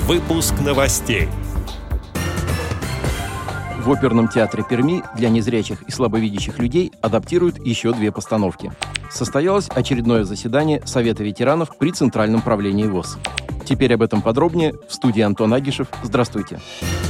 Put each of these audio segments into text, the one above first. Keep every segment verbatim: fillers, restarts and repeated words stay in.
Выпуск новостей. В оперном театре Перми для незрячих и слабовидящих людей адаптируют еще две постановки. Состоялось очередное заседание Совета ветеранов при Центральном правлении ВОС. Теперь об этом подробнее в студии Антон Агишев. Здравствуйте.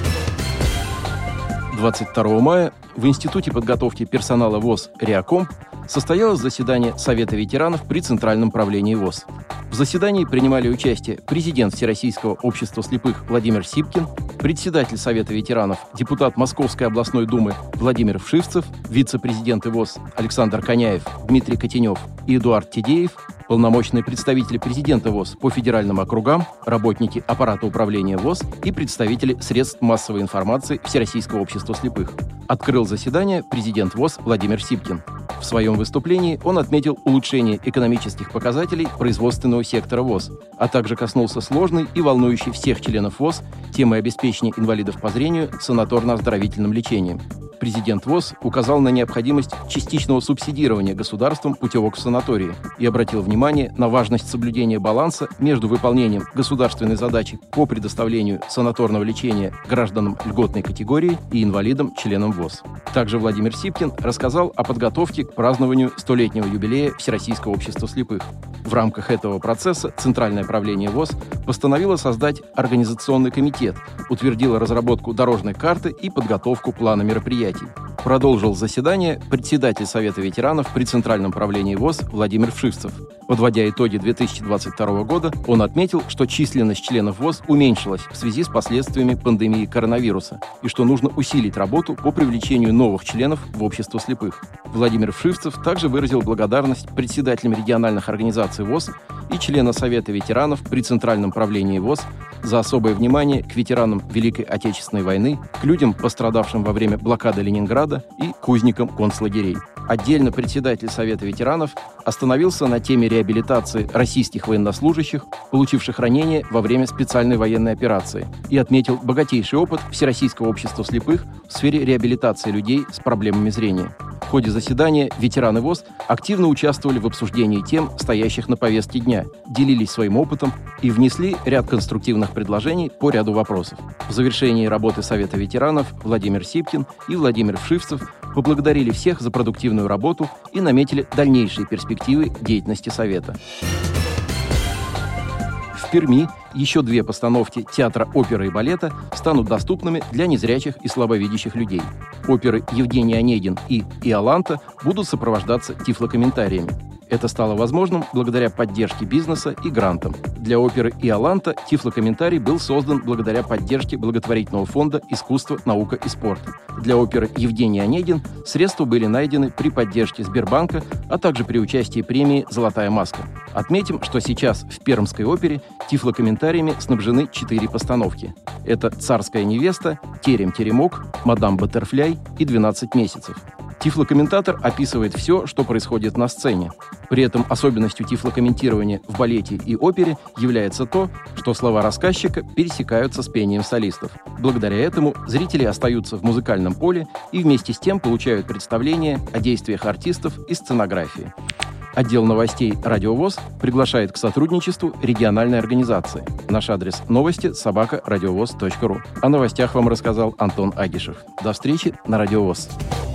двадцать второго мая в Институте подготовки персонала ВОС «Реакомп» состоялось заседание Совета ветеранов при Центральном правлении ВОС. В заседании принимали участие президент Всероссийского общества слепых Владимир Сипкин, председатель Совета ветеранов, депутат Московской областной думы Владимир Вшивцев, вице-президенты ВОС Александр Коняев, Дмитрий Котенев и Эдуард Тедеев, полномочные представители президента ВОС по федеральным округам, работники аппарата управления ВОС и представители средств массовой информации Всероссийского общества слепых. Открыл заседание президент ВОС Владимир Сипкин. В своем выступлении он отметил улучшение экономических показателей производственного сектора ВОС, а также коснулся сложной и волнующей всех членов ВОС темы обеспечения инвалидов по зрению санаторно-оздоровительным лечением. Президент ВОС указал на необходимость частичного субсидирования государством путевок в санатории и обратил внимание на важность соблюдения баланса между выполнением государственной задачи по предоставлению санаторного лечения гражданам льготной категории и инвалидам, членам ВОС. Также Владимир Сипкин рассказал о подготовке к празднованию столетнего юбилея Всероссийского общества слепых. В рамках этого процесса Центральное правление ВОС постановило создать организационный комитет, утвердило разработку дорожной карты и подготовку плана мероприятий. Продолжил заседание председатель Совета ветеранов при Центральном правлении ВОС Владимир Вшивцев. Подводя итоги две тысячи двадцать второго года, он отметил, что численность членов ВОС уменьшилась в связи с последствиями пандемии коронавируса и что нужно усилить работу по привлечению новых членов в общество слепых. Владимир Вшивцев также выразил благодарность председателям региональных организаций ВОС и члена Совета ветеранов при Центральном правлении ВОС за особое внимание к ветеранам Великой Отечественной войны, к людям, пострадавшим во время блокады Ленинграда, и к узникам концлагерей. Отдельно председатель Совета ветеранов остановился на теме реабилитации российских военнослужащих, получивших ранения во время специальной военной операции, и отметил богатейший опыт Всероссийского общества слепых в сфере реабилитации людей с проблемами зрения. В ходе заседания ветераны ВОС активно участвовали в обсуждении тем, стоящих на повестке дня, делились своим опытом и внесли ряд конструктивных предложений по ряду вопросов. В завершении работы Совета ветеранов Владимир Сипкин и Владимир Вшивцев поблагодарили всех за продуктивную работу и наметили дальнейшие перспективы деятельности Совета. В Перми еще две постановки театра оперы и балета станут доступными для незрячих и слабовидящих людей. Оперы «Евгений Онегин» и «Иоланта» будут сопровождаться тифлокомментариями. Это стало возможным благодаря поддержке бизнеса и грантам. Для оперы «Иоланта» тифлокомментарий был создан благодаря поддержке благотворительного фонда «Искусство, наука и спорт». Для оперы «Евгений Онегин» средства были найдены при поддержке Сбербанка, а также при участии премии «Золотая маска». Отметим, что сейчас в Пермской опере тифлокомментариями снабжены четыре постановки. Это «Царская невеста», «Терем-теремок», «Мадам Баттерфляй» и «двенадцать месяцев». Тифлокомментатор описывает все, что происходит на сцене. При этом особенностью тифлокомментирования в балете и опере является то, что слова рассказчика пересекаются с пением солистов. Благодаря этому зрители остаются в музыкальном поле и вместе с тем получают представление о действиях артистов и сценографии. Отдел новостей «Радио ВОС» приглашает к сотрудничеству региональной организации. Наш адрес новости собака радиовоз точка ру. О новостях вам рассказал Антон Агишев. До встречи на Радио ВОС.